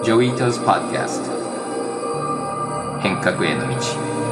ジョイートズ・パッドキャスト変革への道。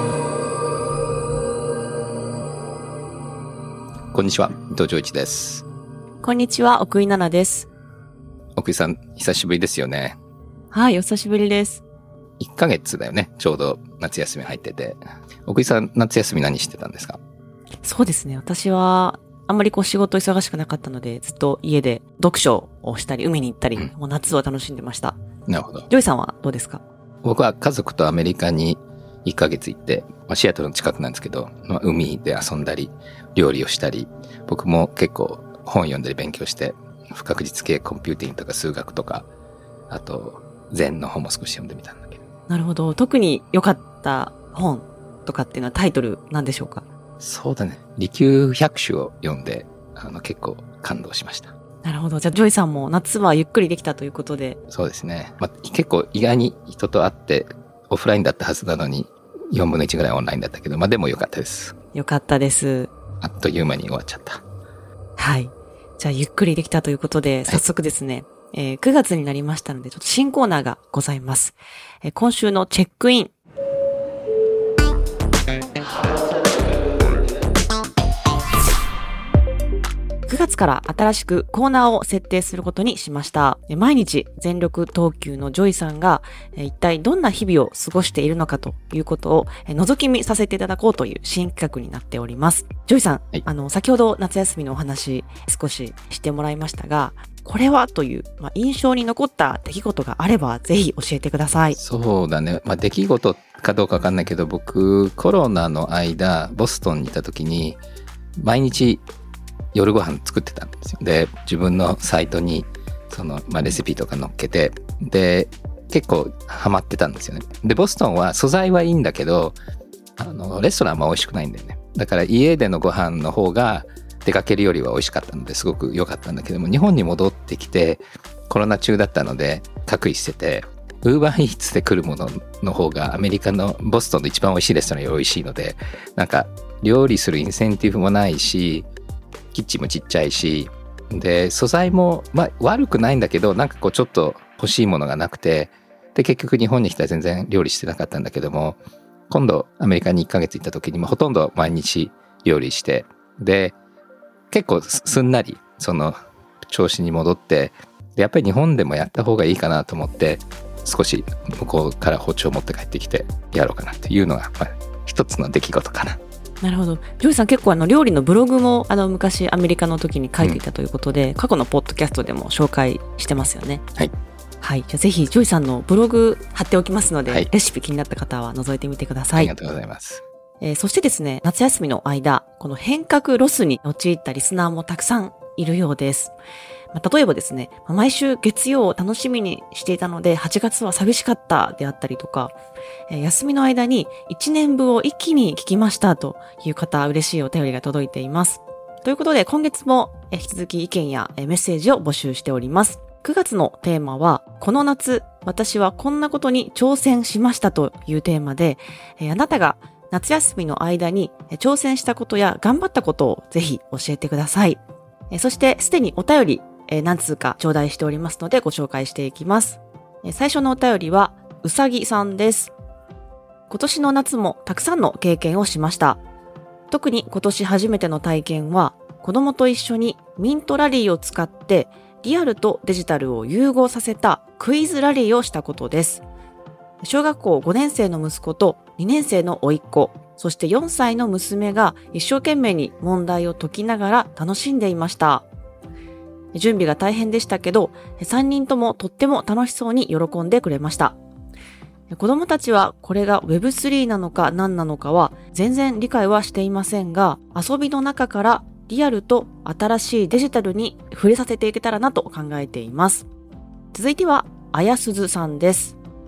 こんにちは、伊藤浄一です。 こんにちは、奥井奈々です。 奥井さん、久しぶりですよね。 はい、お久しぶりです。 1ヶ月だよね、ちょうど夏休み入ってて。奥井さん、夏休み何してたんですか？ そうですね、私はあんまり仕事忙しくなかったので、ずっと家で読書をしたり、海に行ったり、もう夏を楽しんでました。 なるほど。 ジョイさんはどうですか？ 僕は家族とアメリカに1ヶ月行って、シアトルの近くなんですけど、海で遊んだり、料理をしたり、僕も結構本読んだり勉強して、不確実系コンピューティングとか数学とか、あと禅の本も少し読んでみたんだけど。 なるほど。特に良かった本とかっていうのはタイトルなんでしょうか？ そうだね。利休百首を読んで、結構感動しました。 なるほど。じゃあジョイさんも夏はゆっくりできたということで。 そうですね。結構意外に人と会ってオフラインだったはずなのに4分の1ぐらいオンラインだったけど、でも良かったです。 良かったです。 あっという間に終わっちゃった。 はい。じゃあゆっくりできたということで、早速ですね、9月になりましたので、ちょっと新コーナーがございます。今週のチェックイン。9月から新しくコーナーを設定することにしました。毎日全力投球のジョイさんが一体どんな日々を過ごしているのかということを覗き見させていただこうという新企画になっております。ジョイさん、 はい、 先ほど夏休みのお話少ししてもらいましたが、これはという、印象に残った出来事があればぜひ教えてください。 そうだね。出来事かどうかわかんないけど、僕コロナの間ボストンにいた時に毎日夜ご飯作ってたんですよ。で、自分のサイトにレシピとか載っけて、で結構ハマってたんですよね。で、ボストンは素材はいいんだけど、レストランは美味しくないんだよね。だから家でのご飯の方が出かけるよりは美味しかったのですごく良かったんだけども、日本に戻ってきてコロナ中だったので隔離してて、ウーバーイーツで来るものの方がアメリカのボストンの一番美味しいレストランより美味しいので、料理するインセンティブもないし、キッチンもちっちゃいし、で素材も悪くないんだけど、ちょっと欲しいものがなくて、で結局日本に来たら全然料理してなかったんだけども、今度アメリカに1ヶ月行った時にもほとんど毎日料理して、で結構すんなり調子に戻って、でやっぱり日本でもやった方がいいかなと思って、少し向こうから包丁を持って帰ってきてやろうかなっていうのが、一つの出来事かな。 なるほど。ジョイさん結構料理のブログも昔アメリカの時に書いていたということで、過去のポッドキャストでも紹介してますよね。 はい。 はい。じゃあぜひジョイさんのブログ貼っておきますので、 はい、 レシピ気になった方は覗いてみてください。 ありがとうございます。 そしてですね、夏休みの間、この変革ロスに陥ったリスナーもたくさんいるようです。例えばですね、毎週月曜を楽しみにしていたので8月は寂しかったであったりとか、休みの間に1年分を一気に聞きましたという方、嬉しいお便りが届いています。ということで今月も引き続き意見やメッセージを募集しております。9月のテーマは、この夏私はこんなことに挑戦しましたというテーマで、あなたが夏休みの間に挑戦したことや頑張ったことをぜひ教えてください。そしてすでにお便り何通か頂戴しておりますのでご紹介していきます。最初のお便りはうさぎさんです。今年の夏もたくさんの経験をしました。特に今年初めての体験は子供と一緒にミントラリーを使ってリアルとデジタルを融合させたクイズラリーをしたことです。小学校5年生の息子と2年生の甥っ子、そして4歳の娘が一生懸命に問題を解きながら楽しんでいました。準備が大変でしたけど、3人ともとっても楽しそうに喜んでくれました。子供たちはこれが Web3 なのか何なのかは全然理解はしていませんが、遊びの中からリアルと新しいデジタルに触れさせていけたらなと考えています。続いては、あやすずさんです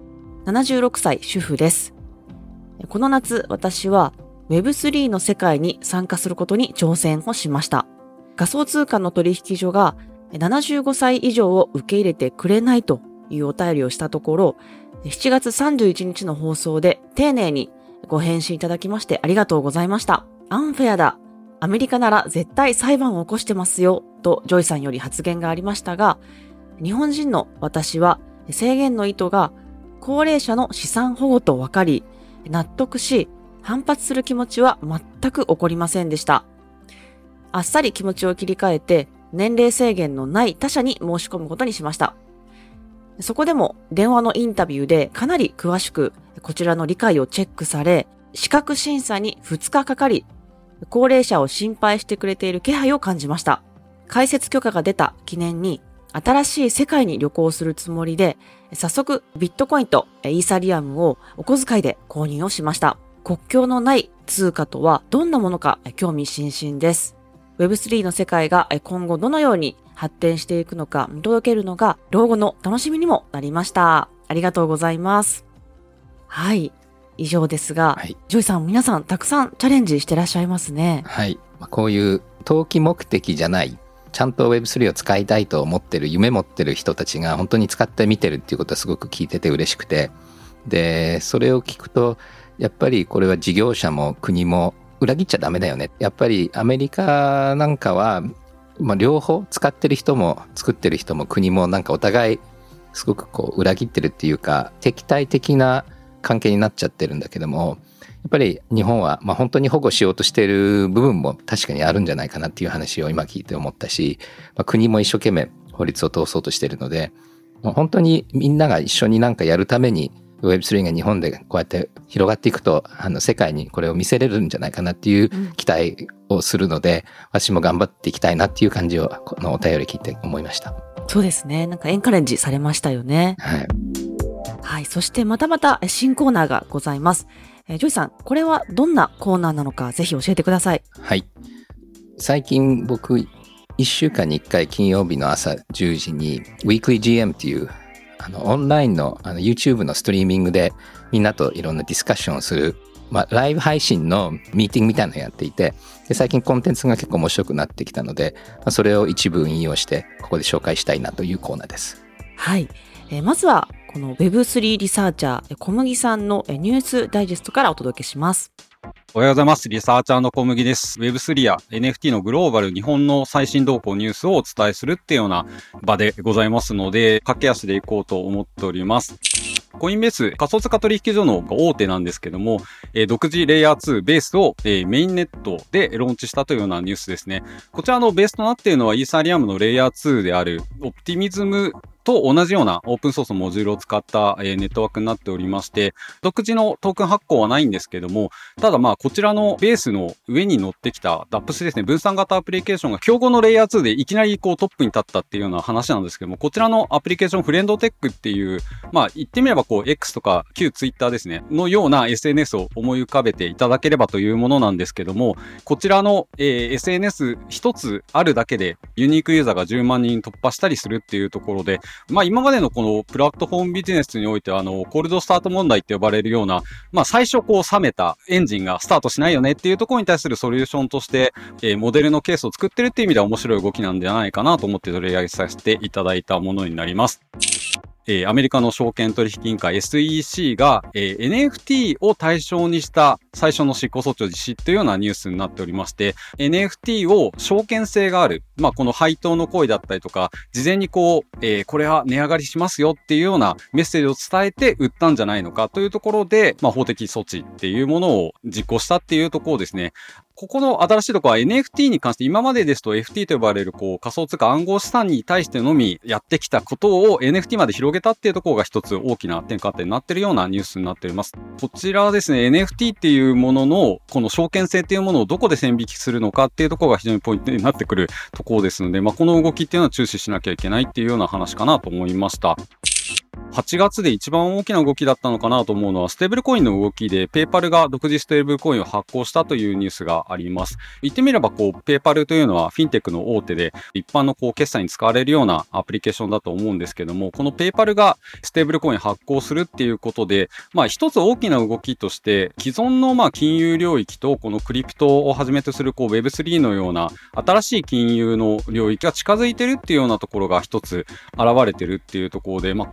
。76歳主婦です。この夏、私は Web3 の世界に参加することに挑戦をしました。仮想通貨の取引所が75歳以上を受け入れてくれないというお便りをしたところ、7月31日の放送で丁寧にご返信いただきましてありがとうございました。アンフェアだ。アメリカなら絶対裁判を起こしてますよとジョイさんより発言がありましたが、日本人の私は制限の意図が高齢者の資産保護と分かり、納得し、反発する気持ちは全く起こりませんでした。あっさり気持ちを切り替えて、年齢制限のない他社に申し込むことにしました。そこでも電話のインタビューでかなり詳しくこちらの理解をチェックされ、資格審査に2日かかり、高齢者を心配してくれている気配を感じました。開設許可が出た記念に新しい世界に旅行するつもりで、早速ビットコインとイーサリアムをお小遣いで購入をしました。国境のない通貨とはどんなものか興味津々です。Web3 の世界が今後どのように発展していくのか見届けるのが老後の楽しみにもなりました。ありがとうございます。はい。以上ですが、はい、ジョイさん皆さんたくさんチャレンジしてらっしゃいますね。 はい。こういう投機目的じゃない、ちゃんと Web3 を使いたいと思ってる、夢持ってる人たちが本当に使ってみてるっていうことはすごく聞いてて嬉しくて、で、それを聞くと、やっぱりこれは事業者も国も裏切っちゃダメだよね。やっぱりアメリカなんかは、両方使ってる人も作ってる人も国もなんかお互いすごくこう裏切ってるっていうか敵対的な関係になっちゃってるんだけども、やっぱり日本は本当に保護しようとしている部分も確かにあるんじゃないかなっていう話を今聞いて思ったし、国も一生懸命法律を通そうとしているので、本当にみんなが一緒になんかやるためにWeb3 が日本でこうやって広がっていくと世界にこれを見せれるんじゃないかなっていう期待をするので、私も頑張っていきたいなっていう感じをこのお便り聞いて思いました。 そうですね。なんかエンカレッジされましたよね。 はい。 はい。そしてまた新コーナーがございます。ジョイさん、これはどんなコーナーなのかぜひ教えてください。 はい。最近僕1週間に1回金曜日の朝10時に Weekly GM っていうオンラインのYouTube のストリーミングでみんなといろんなディスカッションをする、ライブ配信のミーティングみたいなのをやっていて、で最近コンテンツが結構面白くなってきたので、それを一部引用してここで紹介したいなというコーナーです。 はい。まずはこの Web3 リサーチャー小麦さんのニュースダイジェストからお届けします。 おはようございます。リサーチャーの小麦です。Web3 や NFT のグローバル日本の最新動向ニュースをお伝えするっていうような場でございますので、駆け足でいこうと思っております。コインベース仮想通貨取引所の大手なんですけども、独自レイヤー2ベースを、メインネットでローンチしたというようなニュースですね。こちらのベースとなっているのはイーサリアムのレイヤー2であるオプティミズムと同じようなオープンソースモジュールを使ったネットワークになっておりまして、独自のトークン発行はないんですけども、ただこちらのベースの上に乗ってきた DApps ですね、分散型アプリケーションが競合のレイヤー2でいきなりトップに立ったっていうような話なんですけども、こちらのアプリケーションフレンドテックっていう、言ってみればX とか旧 Twitter ですね、のような SNS を思い浮かべていただければというものなんですけども、こちらの、SNS 一つあるだけでユニークユーザーが10万人突破したりするっていうところで、今までのこのプラットフォームビジネスにおいてはコールドスタート問題って呼ばれるような、最初冷めたエンジンがスタートしないよねっていうところに対するソリューションとして、モデルのケースを作ってるっていう意味では面白い動きなんじゃないかなと思って取り上げさせていただいたものになります。アメリカの証券取引委員会 SEC が、NFT を対象にした最初の執行措置を実施というようなニュースになっておりまして、NFT を証券性がある、この配当の行為だったりとか、事前にこれは値上がりしますよっていうようなメッセージを伝えて売ったんじゃないのかというところで、法的措置っていうものを実行したっていうところですね。ここの新しいところは NFT に関して今までですと FT と呼ばれる仮想通貨暗号資産に対してのみやってきたことを NFT まで広げたっていうところが一つ大きな転換点になっているようなニュースになっております。こちらはですね、NFT っていうもののこの証券性っていうものをどこで線引きするのかっていうところが非常にポイントになってくるところですので、この動きっていうのは注視しなきゃいけないっていうような話かなと思いました。8月で一番大きな動きだったのかなと思うのは、ステーブルコインの動きで、ペイパルが独自ステーブルコインを発行したというニュースがあります。言ってみれば、ペイパルというのはフィンテックの大手で、一般の決済に使われるようなアプリケーションだと思うんですけども、このペイパルがステーブルコイン発行するっていうことで、一つ大きな動きとして、既存の金融領域とこのクリプトをはじめとするWeb3 のような新しい金融の領域が近づいてるっていうようなところが一つ現れてるっていうところで、ペイパル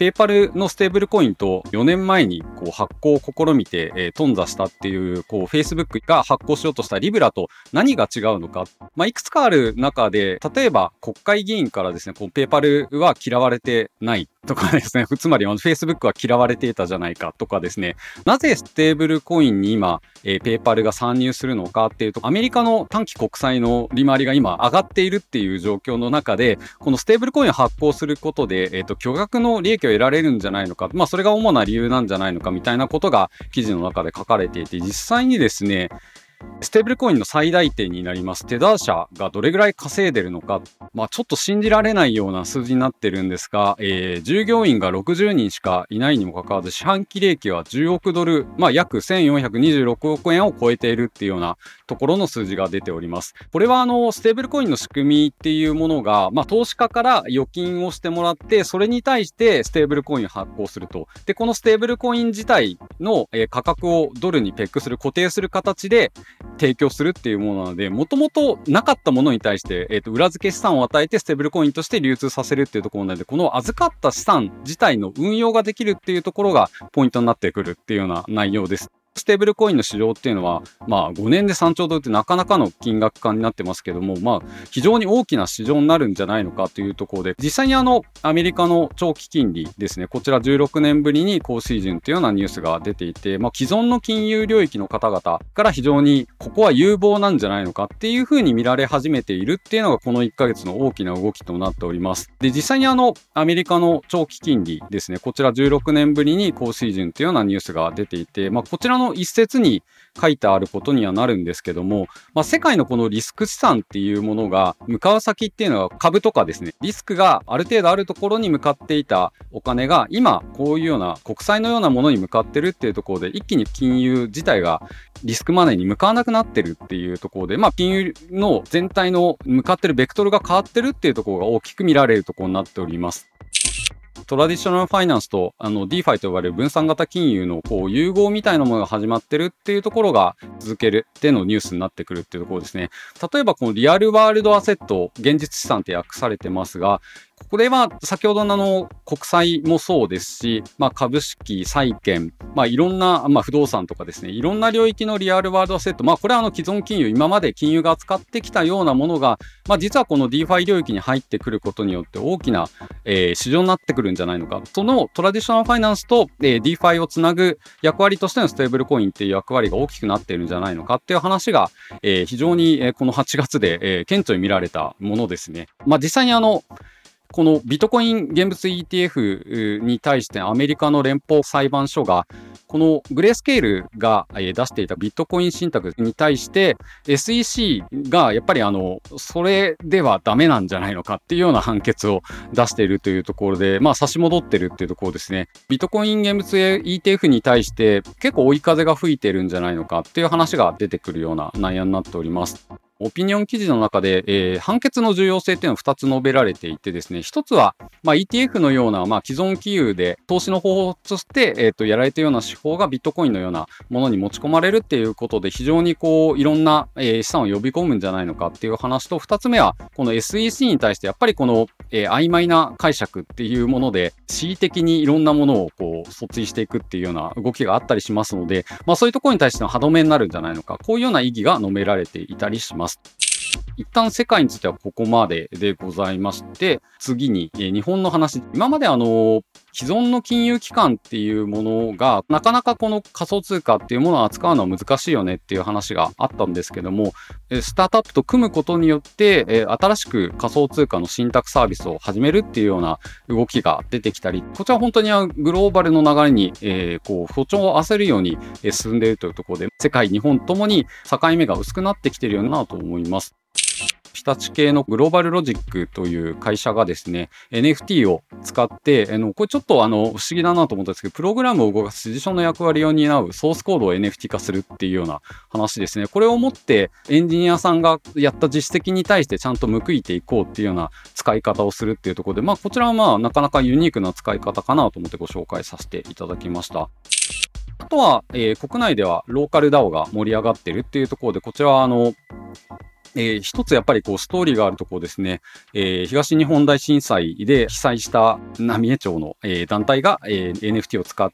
ルのステーブルコインと4年前にこう発行を試みて、頓挫したっていう、こう Facebook が発行しようとしたリブラと何が違うのか。いくつかある中で、例えば国会議員からですね、こうペーパルは嫌われてないとかですね、つまりFacebook は嫌われていたじゃないかとかですね、なぜステーブルコインに今、ペーパルが参入するのかっていうと、アメリカの短期国債の利回りが今上がっているっていう状況の中で、このステーブルコインを発行することで、巨額の利益を得られるんじゃないのか、それが主な理由なんじゃないのかみたいなことが記事の中で書かれていて、実際にですね、ステーブルコインの最大点になりますテダー社がどれぐらい稼いでるのか、ちょっと信じられないような数字になってるんですが、従業員が60人しかいないにもかかわらず、四半期利益は10億ドル、約1426億円を超えているっていうようなところの数字が出ております。これはステーブルコインの仕組みっていうものが、投資家から預金をしてもらって、それに対してステーブルコインを発行すると。で、このステーブルコイン自体の価格をドルにペックする、固定する形で提供するっていうものなので、もともとなかったものに対して、裏付け資産を与えてステーブルコインとして流通させるっていうところなので、この預かった資産自体の運用ができるっていうところがポイントになってくるっていうような内容です。ステーブルコインの市場っていうのは、5年で3兆ドルってなかなかの金額感になってますけども、非常に大きな市場になるんじゃないのかというところで、実際にアメリカの長期金利ですね、こちら16年ぶりに高水準というようなニュースが出ていて、既存の金融領域の方々から非常にここは有望なんじゃないのかっていうふうに見られ始めているっていうのがこの1ヶ月の大きな動きとなっております。で、実際にアメリカの長期金利ですね、こちら16年ぶりに高水準というようなニュースが出ていて、こちらの一節に書いてあることにはなるんですけども、世界のこのリスク資産っていうものが向かう先っていうのは株とかですね、リスクがある程度あるところに向かっていたお金が今こういうような国債のようなものに向かってるっていうところで、一気に金融自体がリスクマネーに向かわなくなってるっていうところで、金融の全体の向かってるベクトルが変わってるっていうところが大きく見られるところになっております。トラディショナルファイナンスとDeFi と呼ばれる分散型金融のこう融合みたいなものが始まってるっていうところが続けるってのニュースになってくるっていうところですね。例えばこのリアルワールドアセット、現実資産って訳されてますが、これは先ほどの国債もそうですし、株式、債券、いろんな、不動産とかですね、いろんな領域のリアルワールドアセット、これは既存金融、今まで金融が扱ってきたようなものが、実はこの DeFi 領域に入ってくることによって大きな、市場になってくるんじゃないのか。そのトラディショナルファイナンスと、DeFi をつなぐ役割としてのステーブルコインっていう役割が大きくなっているんじゃないのかっていう話が、非常に、この8月で、顕著に見られたものですね。実際にこのビットコイン現物 ETF に対してアメリカの連邦裁判所がこのグレースケールが出していたビットコイン信託に対して SEC がやっぱりそれではダメなんじゃないのかっていうような判決を出しているというところで差し戻ってるっていうところですね。ビットコイン現物 ETF に対して結構追い風が吹いてるんじゃないのかっていう話が出てくるような内容になっております。オピニオン記事の中で、判決の重要性っていうのは2つ述べられていてですね、1つは、ETF のような、既存金融で投資の方法として、やられたような手法がビットコインのようなものに持ち込まれるっていうことで、非常にいろんな、資産を呼び込むんじゃないのかっていう話と、2つ目は、この SEC に対してやっぱりこの、曖昧な解釈っていうもので、恣意的にいろんなものを訴追していくっていうような動きがあったりしますので、そういうところに対しての歯止めになるんじゃないのか、こういうような意義が述べられていたりします。一旦世界についてはここまででございまして、次に日本の話。今まで既存の金融機関っていうものがなかなかこの仮想通貨っていうものを扱うのは難しいよねっていう話があったんですけども、スタートアップと組むことによって新しく仮想通貨の信託サービスを始めるっていうような動きが出てきたり、こちらは本当にグローバルの流れに歩調を合わせるように進んでいるというところで、世界日本ともに境目が薄くなってきているようなと思います。日立系のグローバルロジックという会社がですね、NFT を使って、これちょっと不思議だなと思ったんですけど、プログラムを動かす指示書の役割を担うソースコードを NFT 化するっていうような話ですね。これをもってエンジニアさんがやった実績に対してちゃんと報いていこうっていうような使い方をするっていうところで、こちらはなかなかユニークな使い方かなと思ってご紹介させていただきました。あとは、国内ではローカル DAO が盛り上がってるっていうところで、こちらは一つやっぱりストーリーがあるところですね、東日本大震災で被災した浪江町の、団体が、NFT を使って、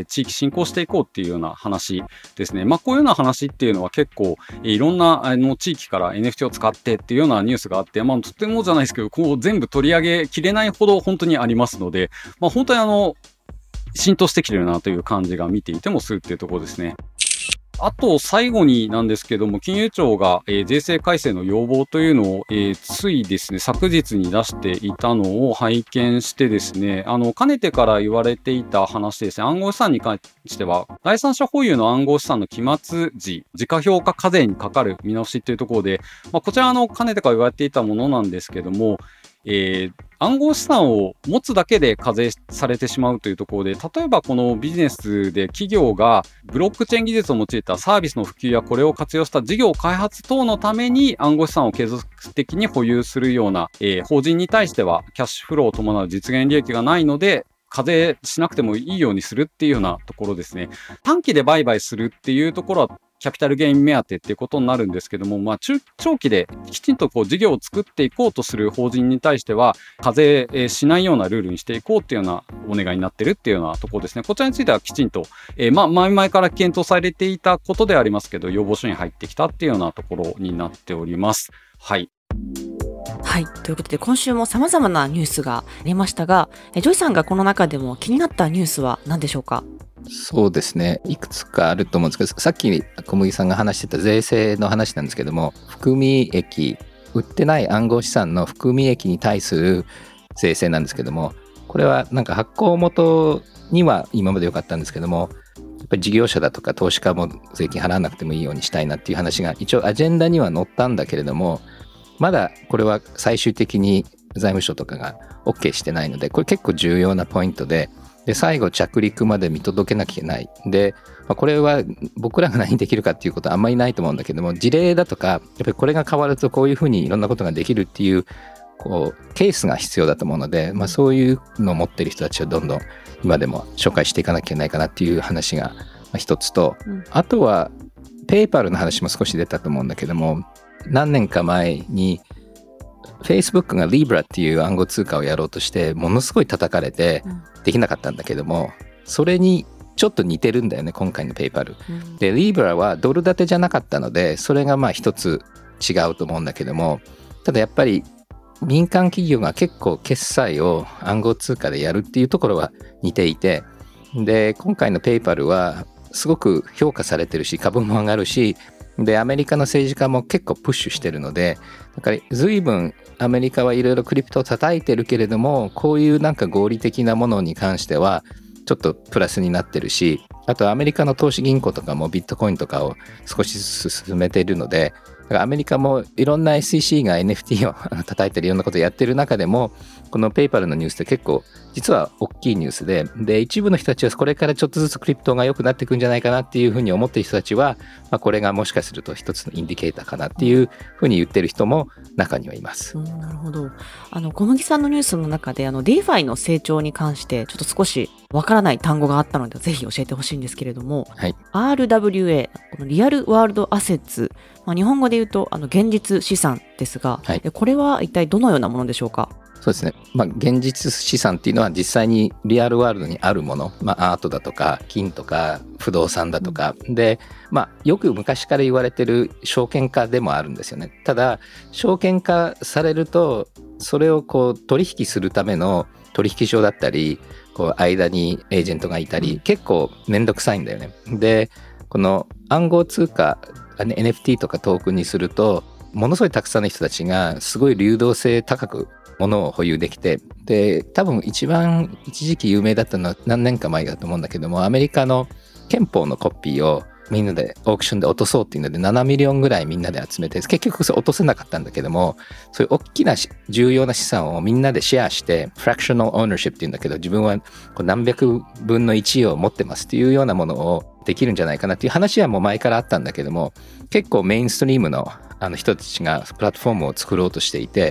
地域振興していこうっていうような話ですね。こういうような話っていうのは結構、いろんな地域から NFT を使ってっていうようなニュースがあって、とてもじゃないですけど、全部取り上げきれないほど本当にありますので、本当に浸透してきてるなという感じが見ていてもするっていうところですね。あと、最後になんですけども、金融庁が、税制改正の要望というのを、ついですね、昨日に出していたのを拝見してですね、かねてから言われていた話ですね、暗号資産に関しては、第三者保有の暗号資産の期末時、時価評価課税にかかる見直しというところで、こちらかねてから言われていたものなんですけども、暗号資産を持つだけで課税されてしまうというところで、例えばこのビジネスで企業がブロックチェーン技術を用いたサービスの普及やこれを活用した事業開発等のために暗号資産を継続的に保有するような、法人に対してはキャッシュフローを伴う実現利益がないので、課税しなくてもいいようにするっていうようなところですね。短期で売買するっていうところはキャピタルゲイン目当てっていうことになるんですけども、長期できちんと事業を作っていこうとする法人に対しては、課税しないようなルールにしていこうっていうようなお願いになってるっていうようなところですね。こちらについてはきちんと、前々から検討されていたことでありますけど、要望書に入ってきたっていうようなところになっております。はい。 はい。ということで、今週も様々なニュースがありましたが、ジョイさんがこの中でも気になったニュースは何でしょうか？ そうですね、いくつかあると思うんですけど、さっき小麦さんが話してた税制の話なんですけども、含み益、売ってない暗号資産の含み益に対する税制なんですけども、これはなんか発行元には今まで良かったんですけども、やっぱり事業者だとか投資家も税金払わなくてもいいようにしたいなっていう話が一応アジェンダには載ったんだけれども、まだこれは最終的に財務省とかが OK してないので、これ結構重要なポイントで、最後着陸まで見届けなきゃいけない。で、これは僕らが何できるかっていうことはあんまりないと思うんだけども、事例だとか、やっぱりこれが変わるとこういうふうにいろんなことができるっていう、ケースが必要だと思うので、そういうのを持ってる人たちをどんどん今でも紹介していかなきゃいけないかなっていう話が一つと、あとはペイパルの話も少し出たと思うんだけども、何年か前にFacebook が Libra っていう暗号通貨をやろうとしてものすごい叩かれてできなかったんだけども、それにちょっと似てるんだよね、今回のペイパル。で Libra はドル建てじゃなかったので、それが一つ違うと思うんだけども、ただやっぱり民間企業が結構決済を暗号通貨でやるっていうところは似ていて、で今回のペイパルはすごく評価されてるし、株も上がるし、でアメリカの政治家も結構プッシュしてるので、だから随分アメリカはいろいろクリプトを叩いてるけれども、こういうなんか合理的なものに関してはちょっとプラスになってるし、あとアメリカの投資銀行とかもビットコインとかを少しずつ進めているので、だからアメリカもいろんな SEC が NFT を叩いてるいろんなことをやってる中でも、このペイパルのニュースって結構実は大きいニュースで、一部の人たちはこれからちょっとずつクリプトが良くなっていくんじゃないかなっていうふうに思っている人たちは、これがもしかすると一つのインディケーターかなっていうふうに言ってる人も中にはいます。 なるほど。小麦さんのニュースの中でDeFi の成長に関してちょっと少しわからない単語があったので、ぜひ教えてほしいんですけれども、 はい、 RWA、このリアルワールドアセッツ、日本語で言うと現実資産ですが、 はい、 これは一体どのようなものでしょうか？ そうですね、現実資産っていうのは実際にリアルワールドにあるもの、アートだとか金とか不動産だとか、で、よく昔から言われてる証券化でもあるんですよね。ただ証券化されると、それを取引するための取引所だったり、間にエージェントがいたり、結構めんどくさいんだよね。でこの暗号通貨 NFT とかトークンにすると、ものすごいたくさんの人たちがすごい流動性高くものを保有できて、で多分一時期有名だったのは何年か前だと思うんだけども、アメリカの憲法のコピーをみんなでオークションで落とそうっていうので7ミリオンぐらいみんなで集めて、結局それ落とせなかったんだけども、そういう大きな重要な資産をみんなでシェアして、フラクショナルオーナーシップっていうんだけど、自分は何百分の1を持ってますっていうようなものをできるんじゃないかなっていう話はもう前からあったんだけども、結構メインストリームの人たちがプラットフォームを作ろうとしていて、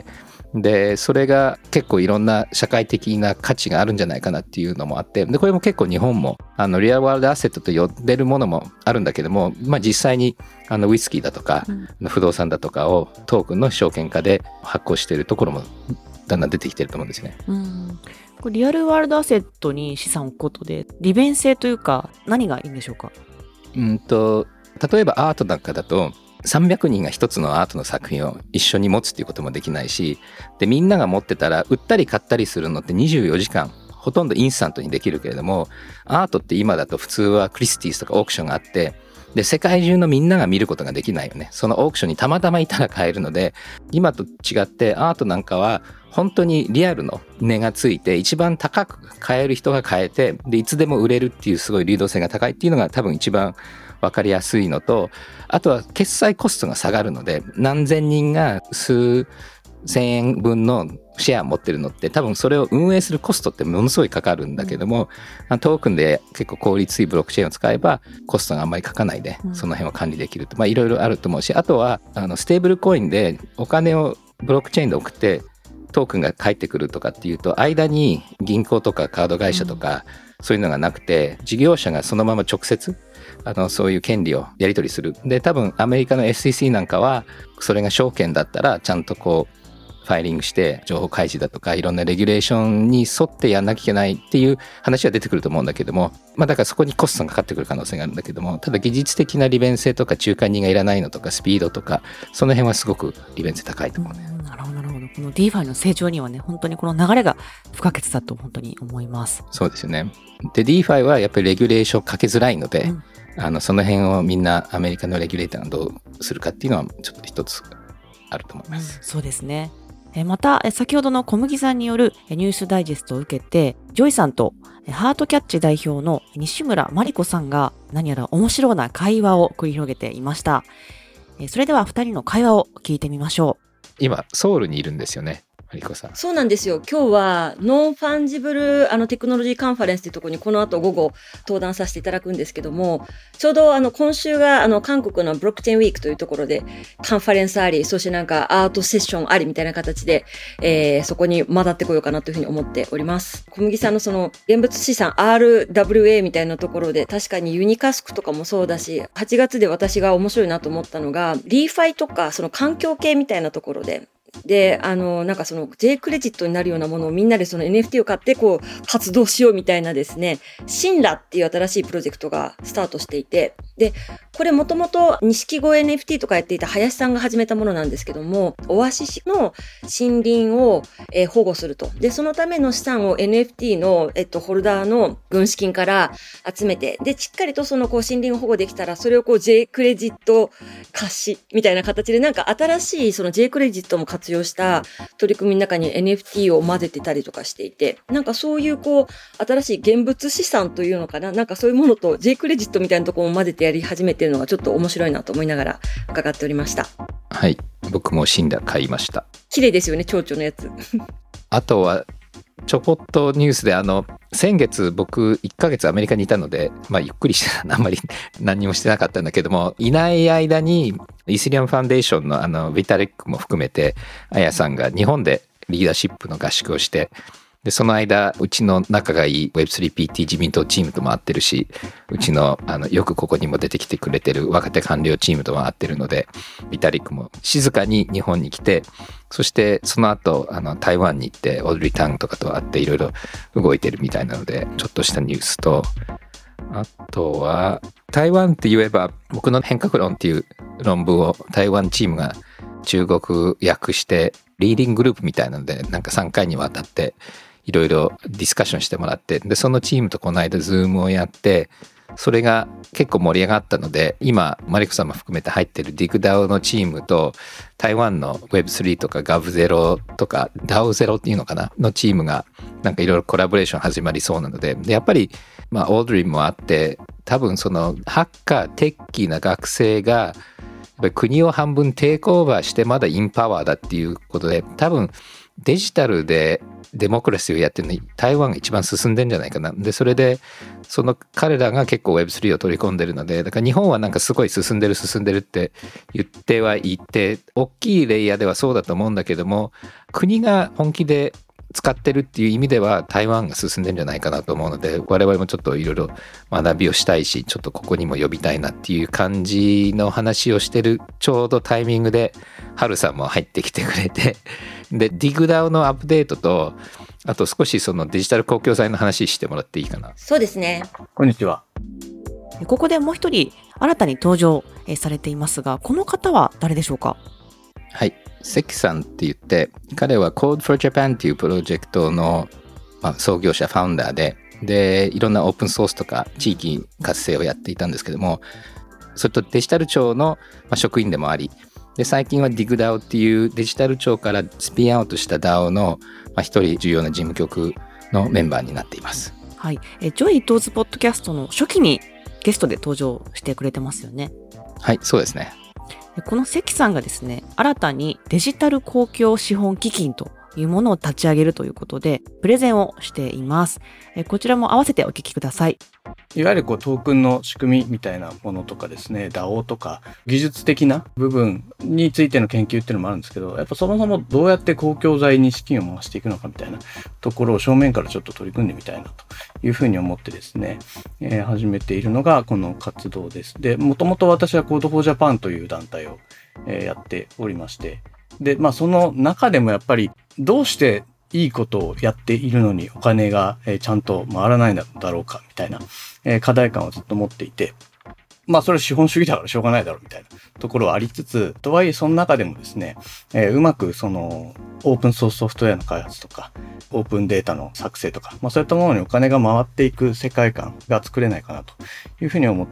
でそれが結構いろんな社会的な価値があるんじゃないかなっていうのもあって、でこれも結構日本もリアルワールドアセットと呼んでるものもあるんだけども、実際にウイスキーだとか、不動産だとかをトークンの証券化で発行しているところもだんだん出てきてると思うんですね。 これリアルワールドアセットに資産を置くことで利便性というか何がいいんでしょうか？ 例えばアートなんかだと300人が一つのアートの作品を一緒に持つっていうこともできないし、でみんなが持ってたら売ったり買ったりするのって24時間ほとんどインスタントにできるけれども、アートって今だと普通はクリスティーズとかオークションがあって、で世界中のみんなが見ることができないよね。そのオークションにたまたまいたら買えるので、今と違ってアートなんかは本当にリアルの値がついて一番高く買える人が買えて、でいつでも売れるっていうすごい流動性が高いっていうのが多分一番分かりやすいのと、あとは決済コストが下がるので、何千人が数千円分のシェア持ってるのって多分それを運営するコストってものすごいかかるんだけども、トークンで結構効率いいブロックチェーンを使えばコストがあんまりかかないでその辺を管理できると、いろいろあると思うし、あとはステーブルコインでお金をブロックチェーンで送ってトークンが返ってくるとかっていうと、間に銀行とかカード会社とかそういうのがなくて、事業者がそのまま直接そういう権利をやり取りする。で多分アメリカの SEC なんかはそれが証券だったらちゃんとこうファイリングして情報開示だとかいろんなレギュレーションに沿ってやんなきゃいけないっていう話は出てくると思うんだけども、だからそこにコストがかかってくる可能性があるんだけども、ただ技術的な利便性とか仲介人がいらないのとかスピードとかその辺はすごく利便性高いと思うね。 なるほどなるほど。この DeFi の成長にはね、本当にこの流れが不可欠だと本当に思います。 そうですよね。で DeFi はやっぱりレギュレーションかけづらいので、その辺をみんなアメリカのレギュレーターがどうするかっていうのはちょっと一つあると思います。 そうですね。また先ほどの小麦さんによるニュースダイジェストを受けて、ジョイさんとハートキャッチ代表の西村真理子さんが何やら面白な会話を繰り広げていました。それでは2人の会話を聞いてみましょう。 今ソウルにいるんですよね、マリコさん。 そうなんですよ。今日はノンファンジブルテクノロジーカンファレンスというところにこの後午後登壇させていただくんですけども、ちょうど今週が韓国のブロックチェーンウィークというところでカンファレンスあり、そしてなんかアートセッションありみたいな形で、そこに混ざってこようかなというふうに思っております。小麦さんのその現物資産 RWA みたいなところで、確かにユニカスクとかもそうだし、8月で私が面白いなと思ったのがリーファイとかその環境系みたいなところで、なんかその J クレジットになるようなものをみんなでその NFT を買ってこう活動しようみたいなですね、シンラっていう新しいプロジェクトがスタートしていて、で、これもともと錦鯉 NFT とかやっていた林さんが始めたものなんですけども、オアシスの森林を、保護すると。で、そのための資産を NFT の、ホルダーの軍資金から集めて、で、しっかりとそのこう森林を保護できたら、それをこう J クレジット貸しみたいな形で、なんか新しいその J クレジットも活用した取り組みの中に NFT を混ぜてたりとかしていて、なんかそういうこう新しい現物資産というのかな、なんかそういうものと J クレジットみたいなところも混ぜてやり始めてるのがちょっと面白いなと思いながら伺っておりました。 はい、僕もシンラ買いました。 綺麗ですよね、蝶々のやつ。 あとはちょこっとニュースで先月僕1ヶ月アメリカにいたので、ゆっくりしてあんまり何もしてなかったんだけども、いない間にイーサリアムファンデーションのビタリックも含めてあやさんが日本でリーダーシップの合宿をして、でその間うちの仲がいい Web3PT 自民党チームとも会ってるし、うちのよくここにも出てきてくれてる若手官僚チームとも会ってるので、ビタリックも静かに日本に来て、そしてその後台湾に行ってオードリー・タンとかと会っていろいろ動いてるみたいなので、ちょっとしたニュースと、あとは台湾って言えば僕の変革論っていう論文を台湾チームが中国訳してリーディンググループみたいなのでなんか3回にわたっていろいろディスカッションしてもらって、でそのチームとこの間ズームをやって、それが結構盛り上がったので、今マリコさんも含めて入ってる DigDAO のチームと台湾の Web3 とか Gav0 とか DAO0 っていうのかなのチームがなんかいろいろコラボレーション始まりそうなので、やっぱりオードリーもあって、多分そのハッカーテッキーな学生がやっぱり国を半分テイクオーバーしてまだインパワーだっていうことで、多分デジタルでデモクラシーをやってるのに台湾が一番進んでんじゃないかな。でそれでその彼らが結構 Web3 を取り込んでるので、だから日本はなんかすごい進んでるって言ってはいて、大きいレイヤーではそうだと思うんだけども、国が本気で使ってるっていう意味では台湾が進んでんじゃないかなと思うので、我々もちょっといろいろ学びをしたいし、ちょっとここにも呼びたいなっていう感じの話をしてるちょうどタイミングでハルさんも入ってきてくれて、で DigDAO のアップデートと、あと少しそのデジタル公共財の話してもらっていいかな。 そうですね。 こんにちは。 ここでもう一人新たに登場されていますが、この方は誰でしょうか？ はい、関さんって言って、彼は Code for Japan っていうプロジェクトの、創業者ファウンダーでいろんなオープンソースとか地域活性をやっていたんですけども、それとデジタル庁の職員でもあり、で最近は DigDAO っていうデジタル庁からスピンアウトした DAO の一人重要な事務局のメンバーになっています。 はい、ジョイ・伊藤ズポッドキャストの初期にゲストで登場してくれてますよね。 はい、そうですね。 この関さんがですね、新たにデジタル公共資本基金というものを立ち上げるということで、プレゼンをしています。こちらも合わせてお聞きください。 いわゆるトークンの仕組みみたいなものとかですね、DAO とか技術的な部分についての研究っていうのもあるんですけど、やっぱそもそもどうやって公共財に資金を回していくのかみたいなところを正面からちょっと取り組んでみたいなというふうに思ってですね、始めているのがこの活動です。で、もともと私は Code for Japan という団体をやっておりまして、で、その中でもやっぱりどうしていいことをやっているのにお金がちゃんと回らないんだろうかみたいな課題感をずっと持っていて、それは資本主義だからしょうがないだろうみたいなところはありつつ、とはいえその中でもですね、うまくそのオープンソースソフトウェアの開発とか、オープンデータの作成とか、そういったものにお金が回っていく世界観が作れないかなというふうに思って、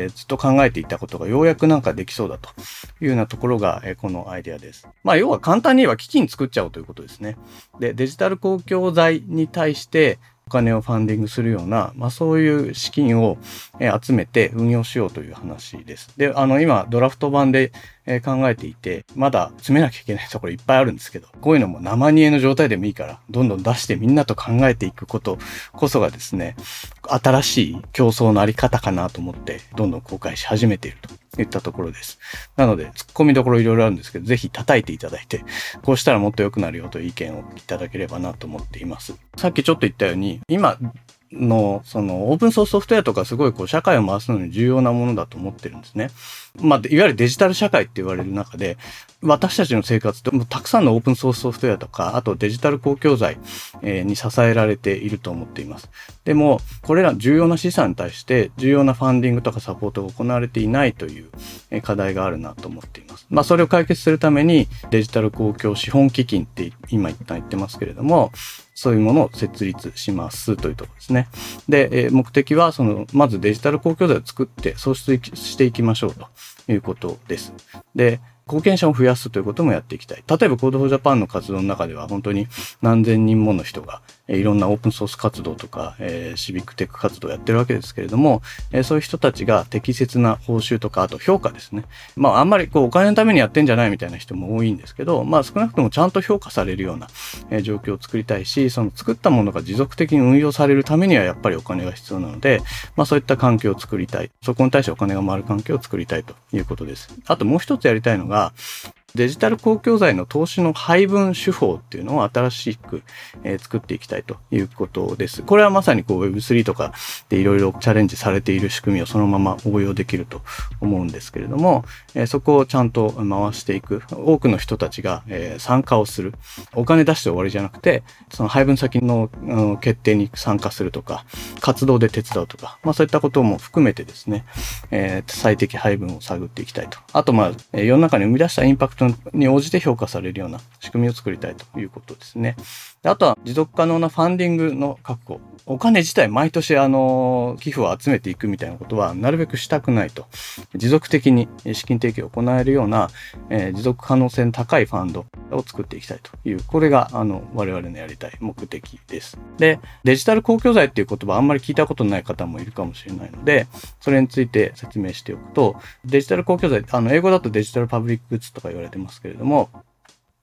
ずっと考えていたことがようやくなんかできそうだというようなところが、このアイデアです。要は簡単に言えば基金作っちゃおうということですね。で、デジタル公共財に対してお金をファンディングするような、そういう資金を集めて運用しようという話です。で、今ドラフト版で考えていて、まだ詰めなきゃいけないところいっぱいあるんですけど、こういうのも生煮えの状態でもいいから、どんどん出してみんなと考えていくことこそがですね、新しい競争のあり方かなと思って、どんどん公開し始めているといったところです。なので、突っ込みどころいろいろあるんですけど、ぜひ叩いていただいて、こうしたらもっと良くなるよという意見をいただければなと思っています。さっきちょっと言ったように、今のそのオープンソースソフトウェアとかすごい社会を回すのに重要なものだと思ってるんですね。いわゆるデジタル社会って言われる中で、私たちの生活ってたくさんのオープンソースソフトウェアとか、あとデジタル公共財に支えられていると思っています。でも、これら重要な資産に対して重要なファンディングとかサポートが行われていないという課題があるなと思っています。それを解決するためにデジタル公共資本基金って今一旦言ってますけれども、そういうものを設立しますというところですね。で、目的はまずデジタル公共財を作って創出していきましょうということです。で、貢献者を増やすということもやっていきたい。例えば Code for Japan の活動の中では本当に何千人もの人がいろんなオープンソース活動とかシビックテック活動をやってるわけですけれども、そういう人たちが適切な報酬とか、あと評価ですね。あんまりお金のためにやってんじゃないみたいな人も多いんですけど、少なくともちゃんと評価されるような状況を作りたいし、その作ったものが持続的に運用されるためにはやっぱりお金が必要なので、そういった環境を作りたい。そこに対してお金が回る環境を作りたいということです。あともう一つやりたいのが、デジタル公共財の投資の配分手法っていうのを新しく作っていきたいということです。これはまさにWeb3 とかでいろいろチャレンジされている仕組みをそのまま応用できると思うんですけれども、そこをちゃんと回していく。多くの人たちが参加をする。お金出して終わりじゃなくて、その配分先の決定に参加するとか、活動で手伝うとか、そういったことも含めてですね、最適配分を探っていきたいと。あと世の中に生み出したインパクトに応じて評価されるような仕組みを作りたいということですね。あとは持続可能なファンディングの確保。お金自体毎年寄付を集めていくみたいなことはなるべくしたくないと。持続的に資金提供を行えるような持続可能性の高いファンドを作っていきたいという、これが我々のやりたい目的です。で、デジタル公共財っていう言葉あんまり聞いたことない方もいるかもしれないので、それについて説明しておくと、デジタル公共財、英語だとデジタルパブリックグッズとか言われてますけれども、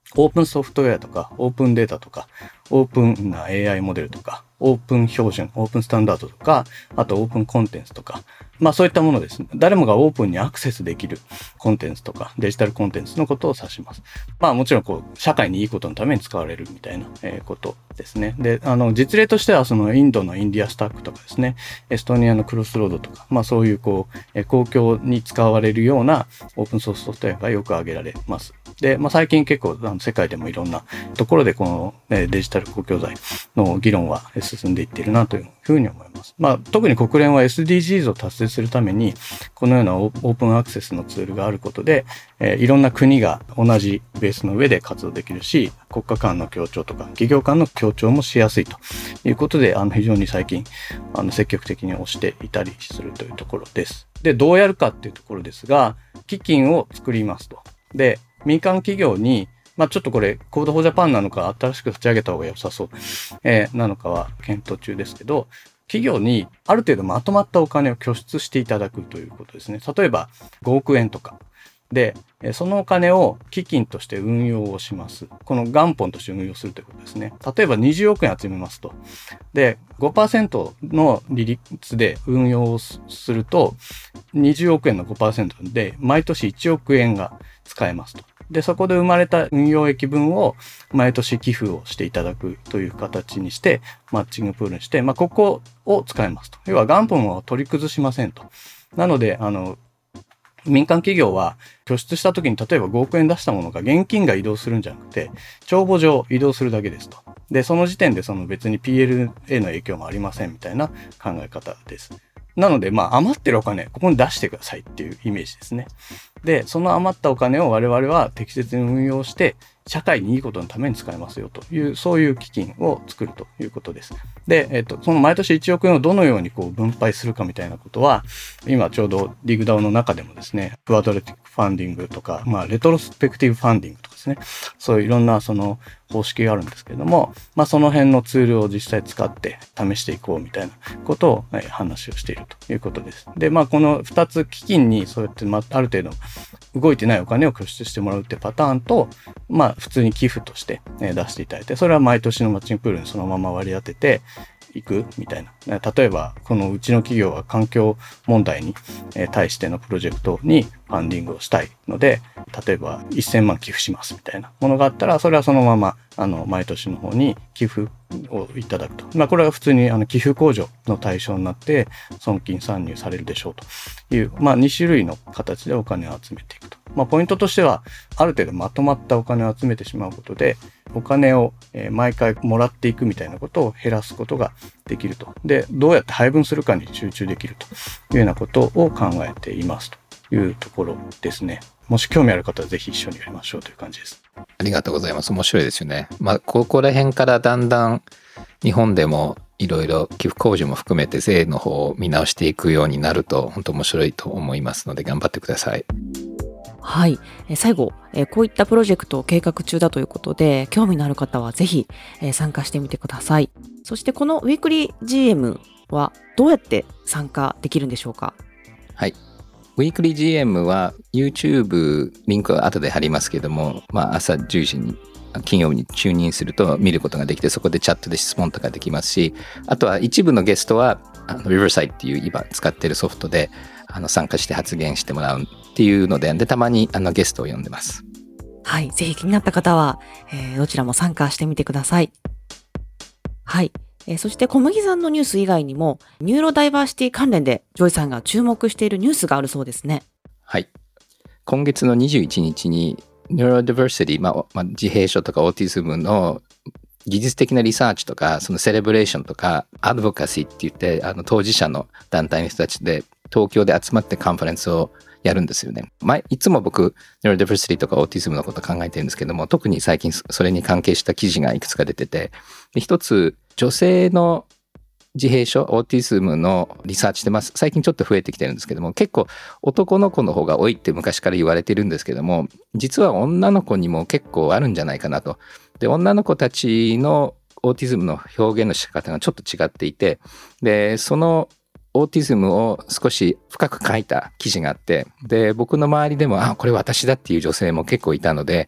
オープンソフトウェアとか、オープンデータとか、オープンな AI モデルとか、オープン標準、オープンスタンダードとか、あとオープンコンテンツとか、そういったものですね。誰もがオープンにアクセスできるコンテンツとか、デジタルコンテンツのことを指します。もちろん社会にいいことのために使われるみたいなことですね。で、実例としては、インドのインディアスタックとかですね、エストニアのクロスロードとか、そういう公共に使われるようなオープンソースソフトウェアがよく挙げられます。で、最近結構世界でもいろんなところでこのデジタル公共財の議論は進んでいっているなというふうに思います。特に国連は SDGs を達成するためにこのようなオープンアクセスのツールがあることで、いろんな国が同じベースの上で活動できるし、国家間の協調とか企業間の協調もしやすいということで、非常に最近積極的に推していたりするというところです。で、どうやるかっていうところですが、基金を作りますと。で、民間企業にちょっとこれ、コードフォージャパンなのか、新しく立ち上げた方が良さそう、なのかは検討中ですけど、企業にある程度まとまったお金を拠出していただくということですね。例えば、5億円とか。で、そのお金を基金として運用をします。この元本として運用するということですね。例えば20億円集めますと。で、5% の利率で運用をすると、20億円の 5% で毎年1億円が使えますと。で、そこで生まれた運用益分を毎年寄付をしていただくという形にして、マッチングプールにして、ここを使えますと。要は元本を取り崩しませんと。なので、民間企業は拠出した時に例えば5億円出したものが現金が移動するんじゃなくて、帳簿上移動するだけですと。で、その時点で別に PL への影響もありませんみたいな考え方です。なので、余ってるお金、ここに出してくださいっていうイメージですね。で、その余ったお金を我々は適切に運用して、社会にいいことのために使えますよという、そういう基金を作るということです。で、その毎年1億円をどのように分配するかみたいなことは、今ちょうどリグダオの中でもですね、クワドレティックファンディングとか、レトロスペクティブファンディングとかですね、そういういろんな方式があるんですけれども、その辺のツールを実際使って試していこうみたいなことを話をしているということです。で、この2つ基金にそうやってある程度動いてないお金を拠出してもらうってパターンと、普通に寄付として出していただいて、それは毎年のマッチングプールにそのまま割り当てていくみたいな。例えば、このうちの企業は環境問題に対してのプロジェクトにファンディングをしたいので、例えば1000万寄付しますみたいなものがあったら、それはそのまま毎年の方に寄付をいただくと。これは普通に寄付控除の対象になって損金算入されるでしょうという、2種類の形でお金を集めていくと。ポイントとしては、ある程度まとまったお金を集めてしまうことで、お金を毎回もらっていくみたいなことを減らすことができると。で、どうやって配分するかに集中できるというようなことを考えていますというところですね。もし興味ある方はぜひ一緒にやりましょうという感じです。 ありがとうございます。面白いですよね。ここら辺からだんだん日本でもいろいろ寄付控除も含めて税の方を見直していくようになると本当面白いと思いますので頑張ってください。 はい。最後、こういったプロジェクトを計画中だということで、興味のある方はぜひ参加してみてください。そしてこのウィークリー GM はどうやって参加できるんでしょうか？ はい。ウィークリー GM は YouTube リンクは後で貼りますけども、朝10時に金曜日にチューニンすると見ることができて、そこでチャットで質問とかできますし、あとは一部のゲストはRiverside っていう今使ってるソフトで参加して発言してもらうっていうので、たまにゲストを呼んでます。 はい。ぜひ気になった方は、どちらも参加してみてください。はい。そして小麦さんのニュース以外にも、ニューロダイバーシティ関連でジョイさんが注目しているニュースがあるそうですね。 はい。今月の21日にニューロダイバーシティ、自閉症とかオーティズムの技術的なリサーチとか、そのセレブレーションとか、アドボカシーって言って、当事者の団体の人たちで、東京で集まってカンファレンスをやるんですよね。いつも僕、ニューロダイバーシティとかオーティズムのこと考えてるんですけども、特に最近それに関係した記事がいくつか出てて、で一つ、女性の自閉症、オーティズムのリサーチしてます。最近ちょっと増えてきてるんですけども、結構男の子の方が多いって昔から言われてるんですけども、実は女の子にも結構あるんじゃないかなと。で、女の子たちのオーティズムの表現の仕方がちょっと違っていて、で、そのオーティズムを少し深く書いた記事があって、で、僕の周りでも、これ私だっていう女性も結構いたので、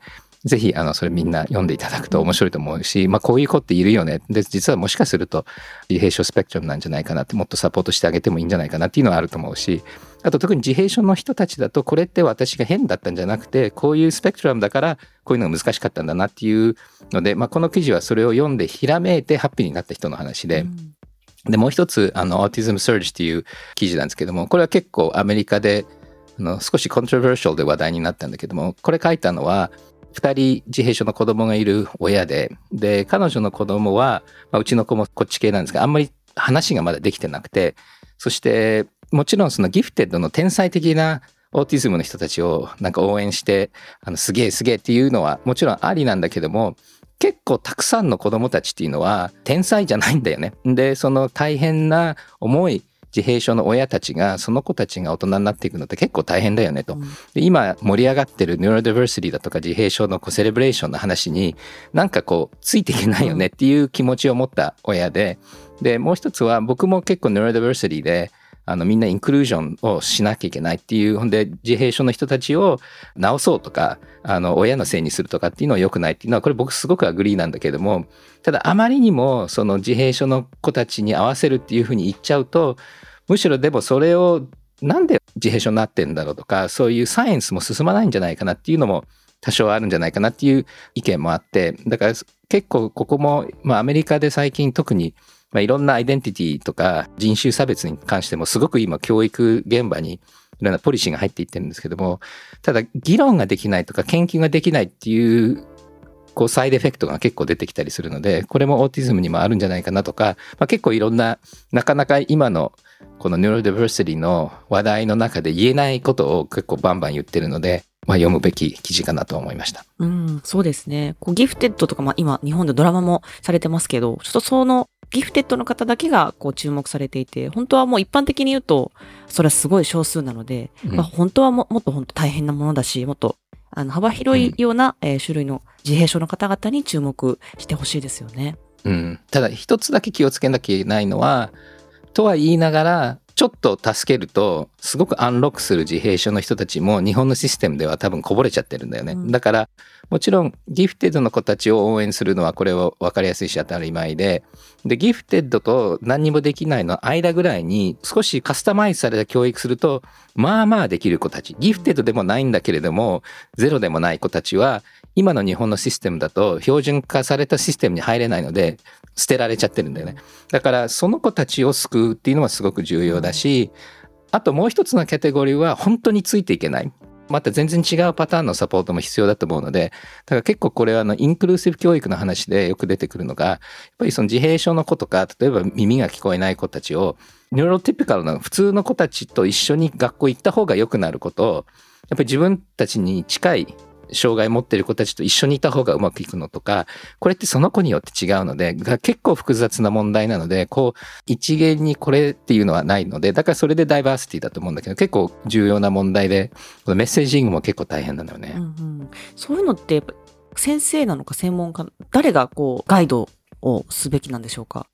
ぜひそれみんな読んでいただくと面白いと思うし、こういう子っているよね。で、実はもしかすると自閉症スペクトラムなんじゃないかなって、もっとサポートしてあげてもいいんじゃないかなっていうのはあると思うし、あと特に自閉症の人たちだと、これって私が変だったんじゃなくて、こういうスペクトラムだからこういうのが難しかったんだなっていうので、この記事はそれを読んでひらめいてハッピーになった人の話で、でもう一つAutism Surge っていう記事なんですけども、これは結構アメリカで少しコントロバーシャルで話題になったんだけども、これ書いたのは2人自閉症の子供がいる親で、彼女の子供は、うちの子もこっち系なんですが、あんまり話がまだできてなくて、そしてもちろんそのギフテッドの天才的なオーティズムの人たちをなんか応援して、すげえすげえっていうのはもちろんありなんだけども、結構たくさんの子供たちっていうのは天才じゃないんだよね。で、その大変な重い自閉症の親たちが、その子たちが大人になっていくのって結構大変だよねと。で、今盛り上がってるニューロダイバーシティだとか自閉症のセレブレーションの話になんかついていけないよねっていう気持ちを持った親で、で、もう一つは僕も結構ニューロダイバーシティでみんなインクルージョンをしなきゃいけないっていう、ほんで自閉症の人たちを治そうとか、親のせいにするとかっていうのは良くないっていうのは、これ僕すごくアグリーなんだけども、ただあまりにもその自閉症の子たちに合わせるっていうふうに言っちゃうと、むしろでもそれをなんで自閉症になってんだろうとか、そういうサイエンスも進まないんじゃないかなっていうのも多少あるんじゃないかなっていう意見もあって、だから結構ここも、アメリカで最近特にいろんなアイデンティティとか人種差別に関してもすごく今教育現場にいろんなポリシーが入っていってるんですけども、ただ議論ができないとか研究ができないっていうサイドエフェクトが結構出てきたりするので、これもオーティズムにもあるんじゃないかなとか、結構いろんな、なかなか今のこのニューロダイバーシティの話題の中で言えないことを結構バンバン言ってるので、読むべき記事かなと思いました。 そうですね。ギフテッドとか、今日本でドラマもされてますけど、ちょっとそのギフテッドの方だけが注目されていて、本当はもう一般的に言うとそれはすごい少数なので、本当はもっと本当大変なものだし、もっと幅広いような、種類の自閉症の方々に注目してほしいですよね。 ただ一つだけ気をつけなきゃいけないのは、とは言いながらちょっと助けるとすごくアンロックする自閉症の人たちも日本のシステムでは多分こぼれちゃってるんだよね。だからもちろんギフテッドの子たちを応援するのはこれは分かりやすいし当たり前で、ギフテッドと何にもできないの間ぐらいに少しカスタマイズされた教育するとまあまあできる子たち、ギフテッドでもないんだけれどもゼロでもない子たちは今の日本のシステムだと標準化されたシステムに入れないので捨てられちゃってるんだよね。だからその子たちを救うっていうのはすごく重要だし、あともう一つのカテゴリーは本当についていけない、また全然違うパターンのサポートも必要だと思うので、だから結構これはインクルーシブ教育の話でよく出てくるのが、やっぱりその自閉症の子とか、例えば耳が聞こえない子たちをニューロティピカルな普通の子たちと一緒に学校行った方が良くなることを、やっぱり自分たちに近い障害を持っている子たちと一緒にいた方がうまくいくのとか、これってその子によって違うので、結構複雑な問題なので、一元にこれっていうのはないので、だからそれでダイバーシティだと思うんだけど、結構重要な問題で、メッセージングも結構大変なのよね。 そういうのってやっぱ先生なのか専門家、誰がガイドをすべきなんでしょうか？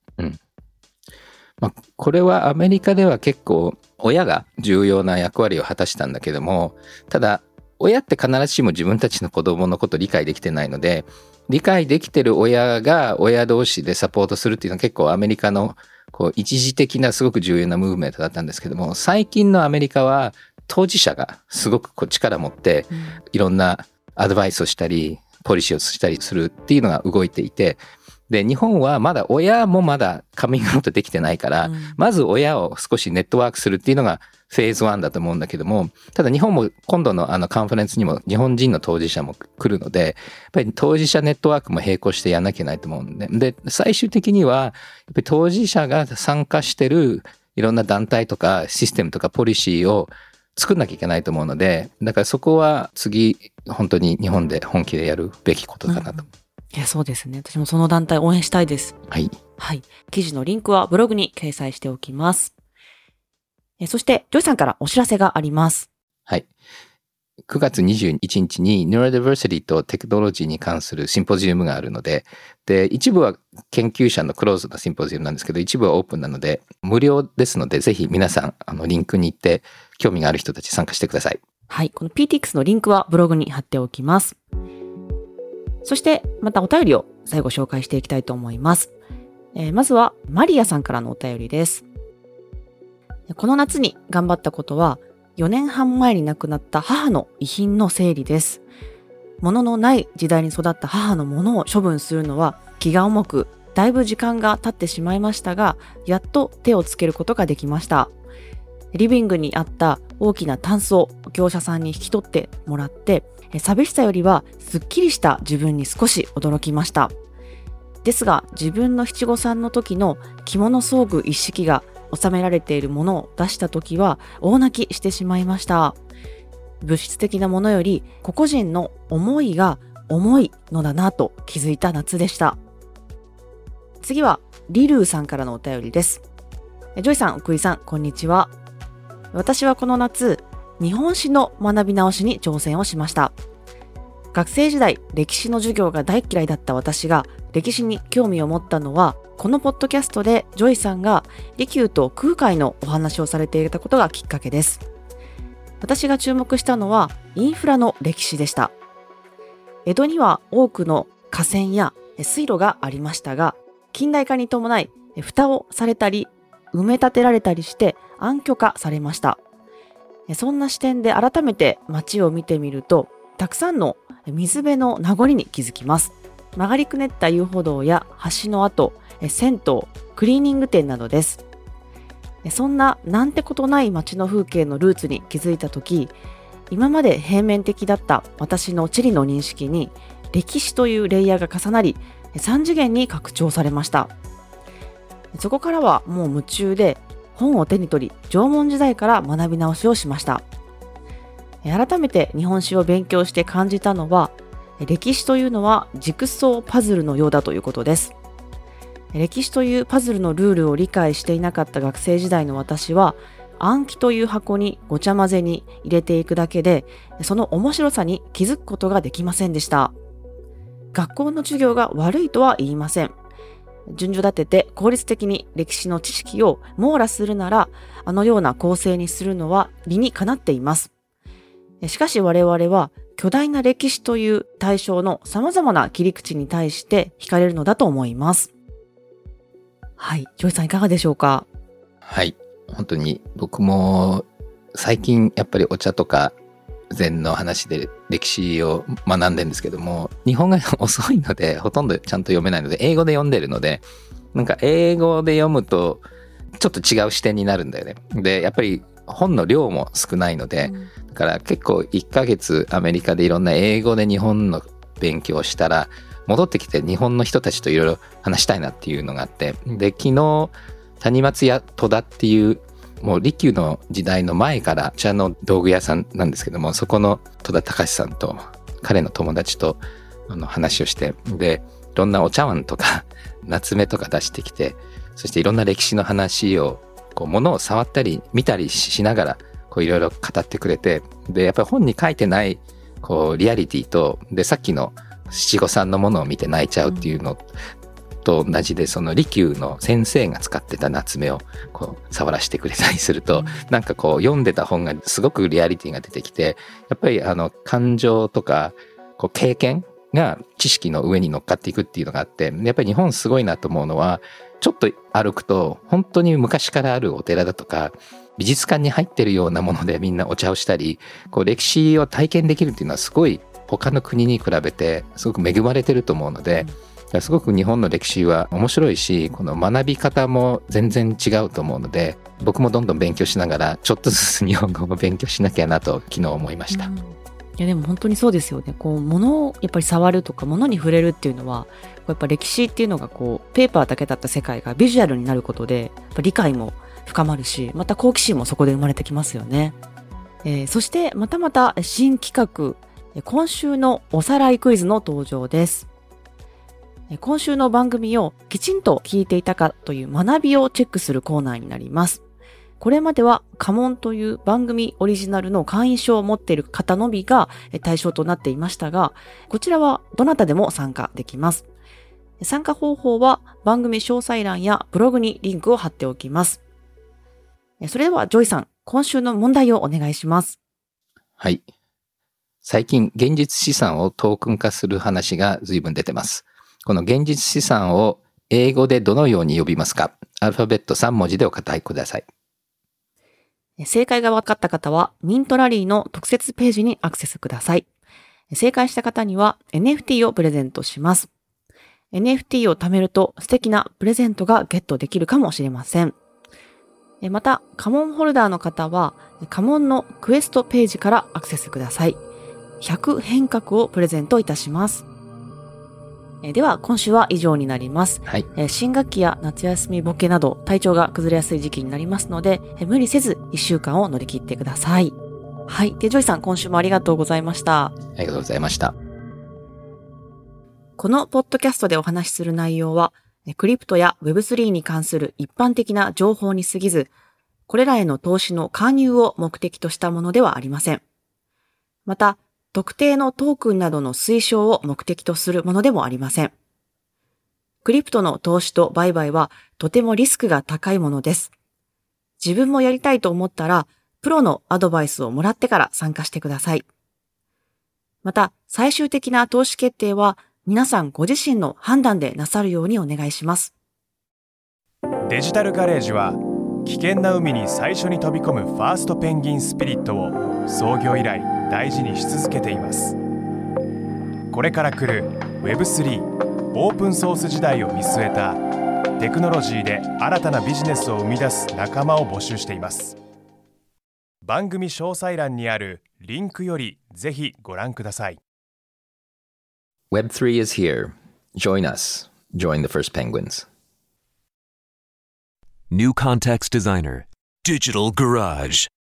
これはアメリカでは結構親が重要な役割を果たしたんだけども、ただ親って必ずしも自分たちの子供のことを理解できてないので、理解できてる親が親同士でサポートするっていうのは結構アメリカの一時的なすごく重要なムーブメントだったんですけども、最近のアメリカは当事者がすごく力を持っていろんなアドバイスをしたりポリシーをしたりするっていうのが動いていて、で日本はまだ親もまだカミングアウトできてないから、まず親を少しネットワークするっていうのがフェーズ1だと思うんだけども、ただ日本も今度のカンファレンスにも日本人の当事者も来るので、やっぱり当事者ネットワークも並行してやんなきゃいけないと思うんで、で最終的にはやっぱり当事者が参加してるいろんな団体とかシステムとかポリシーを作んなきゃいけないと思うので、だからそこは次本当に日本で本気でやるべきことかなと。 いや、そうですね。私もその団体応援したいです。 はい。 はい。記事のリンクはブログに掲載しておきます。そして、ジョイさんからお知らせがあります。 はい。9月21日にニューロダイバーシティとテクノロジーに関するシンポジウムがあるので、で、一部は研究者のクローズなシンポジウムなんですけど、一部はオープンなので、無料ですので、ぜひ皆さん、リンクに行って、興味がある人たち参加してください。 はい。この PTX のリンクはブログに貼っておきます。 そしてまたお便りを最後紹介していきたいと思います。まずはマリアさんからのお便りです。この夏に頑張ったことは4年半前に亡くなった母の遺品の整理です。物のない時代に育った母のものを処分するのは気が重く、だいぶ時間が経ってしまいましたが、やっと手をつけることができました。リビングにあった大きなタンスを業者さんに引き取ってもらって、寂しさよりはすっきりした自分に少し驚きました。ですが、自分の七五三の時の着物装具一式が収められているものを出した時は大泣きしてしまいました。物質的なものより個々人の思いが重いのだなと気づいた夏でした。次はリルーさんからのお便りです。ジョイさん、奥井さん、こんにちは。私はこの夏、日本史の学び直しに挑戦をしました。学生時代、歴史の授業が大嫌いだった私が歴史に興味を持ったのは、このポッドキャストでジョイさんが利休と空海のお話をされていたことがきっかけです。私が注目したのはインフラの歴史でした。江戸には多くの河川や水路がありましたが、近代化に伴い蓋をされたり埋め立てられたりして暗渠化されました。そんな視点で改めて街を見てみると、たくさんの水辺の名残に気づきます。曲がりくねった遊歩道や橋の跡、銭湯、クリーニング店などです。そんななんてことない街の風景のルーツに気づいたとき、今まで平面的だった私の地理の認識に歴史というレイヤーが重なり、3次元に拡張されました。そこからはもう夢中で本を手に取り、縄文時代から学び直しをしました。改めて日本史を勉強して感じたのは、歴史というのはジグソーパズルのようだということです。歴史というパズルのルールを理解していなかった学生時代の私は、暗記という箱にごちゃ混ぜに入れていくだけで、その面白さに気づくことができませんでした。学校の授業が悪いとは言いません。順序立てて効率的に歴史の知識を網羅するなら、あのような構成にするのは理にかなっています。しかし我々は巨大な歴史という対象の様々な切り口に対して惹かれるのだと思います。はい、ジョイさんいかがでしょうか？ はい、本当に僕も最近やっぱりお茶とか禅の話で歴史を学んでるんですけども、日本語が遅いのでほとんどちゃんと読めないので英語で読んでるので、なんか英語で読むとちょっと違う視点になるんだよね。でやっぱり本の量も少ないので、だから結構1ヶ月アメリカでいろんな英語で日本の勉強をしたら戻ってきて日本の人たちといろいろ話したいなっていうのがあって、で昨日谷松屋戸田っていうもう利休の時代の前から茶の道具屋さんなんですけども、そこの戸田隆さんと彼の友達と話をして、でいろんなお茶碗とか夏目とか出してきて、そしていろんな歴史の話をこう物を触ったり見たりしながらこういろいろ語ってくれて、でやっぱり本に書いてないこうリアリティと、でさっきの七五三のものを見て泣いちゃうっていうのと同じで、その利休の先生が使ってた夏目をこう触らせてくれたりすると、なんかこう読んでた本がすごくリアリティが出てきて、やっぱり感情とかこう経験が知識の上に乗っかっていくっていうのがあって、やっぱり日本すごいなと思うのは、ちょっと歩くと本当に昔からあるお寺だとか美術館に入ってるようなものでみんなお茶をしたり、こう歴史を体験できるっていうのはすごい他の国に比べてすごく恵まれてると思うので、すごく日本の歴史は面白いし、この学び方も全然違うと思うので、僕もどんどん勉強しながらちょっとずつ日本語も勉強しなきゃなと昨日思いました。 いやでも本当にそうですよね。こう物をやっぱり触るとか物に触れるっていうのは、やっぱ歴史っていうのがこうペーパーだけだった世界がビジュアルになることで、やっぱ理解も深まるし、また好奇心もそこで生まれてきますよね。そしてまたまた新企画、今週のおさらいクイズの登場です。今週の番組をきちんと聞いていたかという学びをチェックするコーナーになります。これまでは家紋という番組オリジナルの会員証を持っている方のみが対象となっていましたが、こちらはどなたでも参加できます。参加方法は番組詳細欄やブログにリンクを貼っておきます。それではジョイさん、今週の問題をお願いします。 はい。 最近現実資産をトークン化する話が随分出てます。この現実資産を英語でどのように呼びますか？アルファベット3文字でお答えください。 正解が分かった方は、ミントラリーの特設ページにアクセスください。正解した方には NFT をプレゼントします。NFT を貯めると素敵なプレゼントがゲットできるかもしれません。また、家紋ホルダーの方は、家紋のクエストページからアクセスください。100変革をプレゼントいたします。では、今週は以上になります。 はい。 新学期や夏休みボケなど体調が崩れやすい時期になりますので、無理せず1週間を乗り切ってください。はい。で、ジョイさん、今週もありがとうございました。 ありがとうございました。 このポッドキャストでお話しする内容は、クリプトや Web3 に関する一般的な情報に過ぎず、これらへの投資の勧誘を目的としたものではありません。また、特定のトークンなどの推奨を目的とするものでもありません。クリプトの投資と売買はとてもリスクが高いものです。自分もやりたいと思ったら、プロのアドバイスをもらってから参加してください。また、最終的な投資決定は皆さんご自身の判断でなさるようにお願いします。 デジタルガレージは危険な海に最初に飛び込むファーストペンギンスピリットを創業以来大事にし続けています。これから来る Web3 オープンソース時代を見据えたテクノロジーで新たなビジネスを生み出す仲間を募集しています。番組詳細欄にあるリンクよりぜひご覧ください。 Web3 is here. Join us. Join the first penguins. New Context Designer. Digital Garage.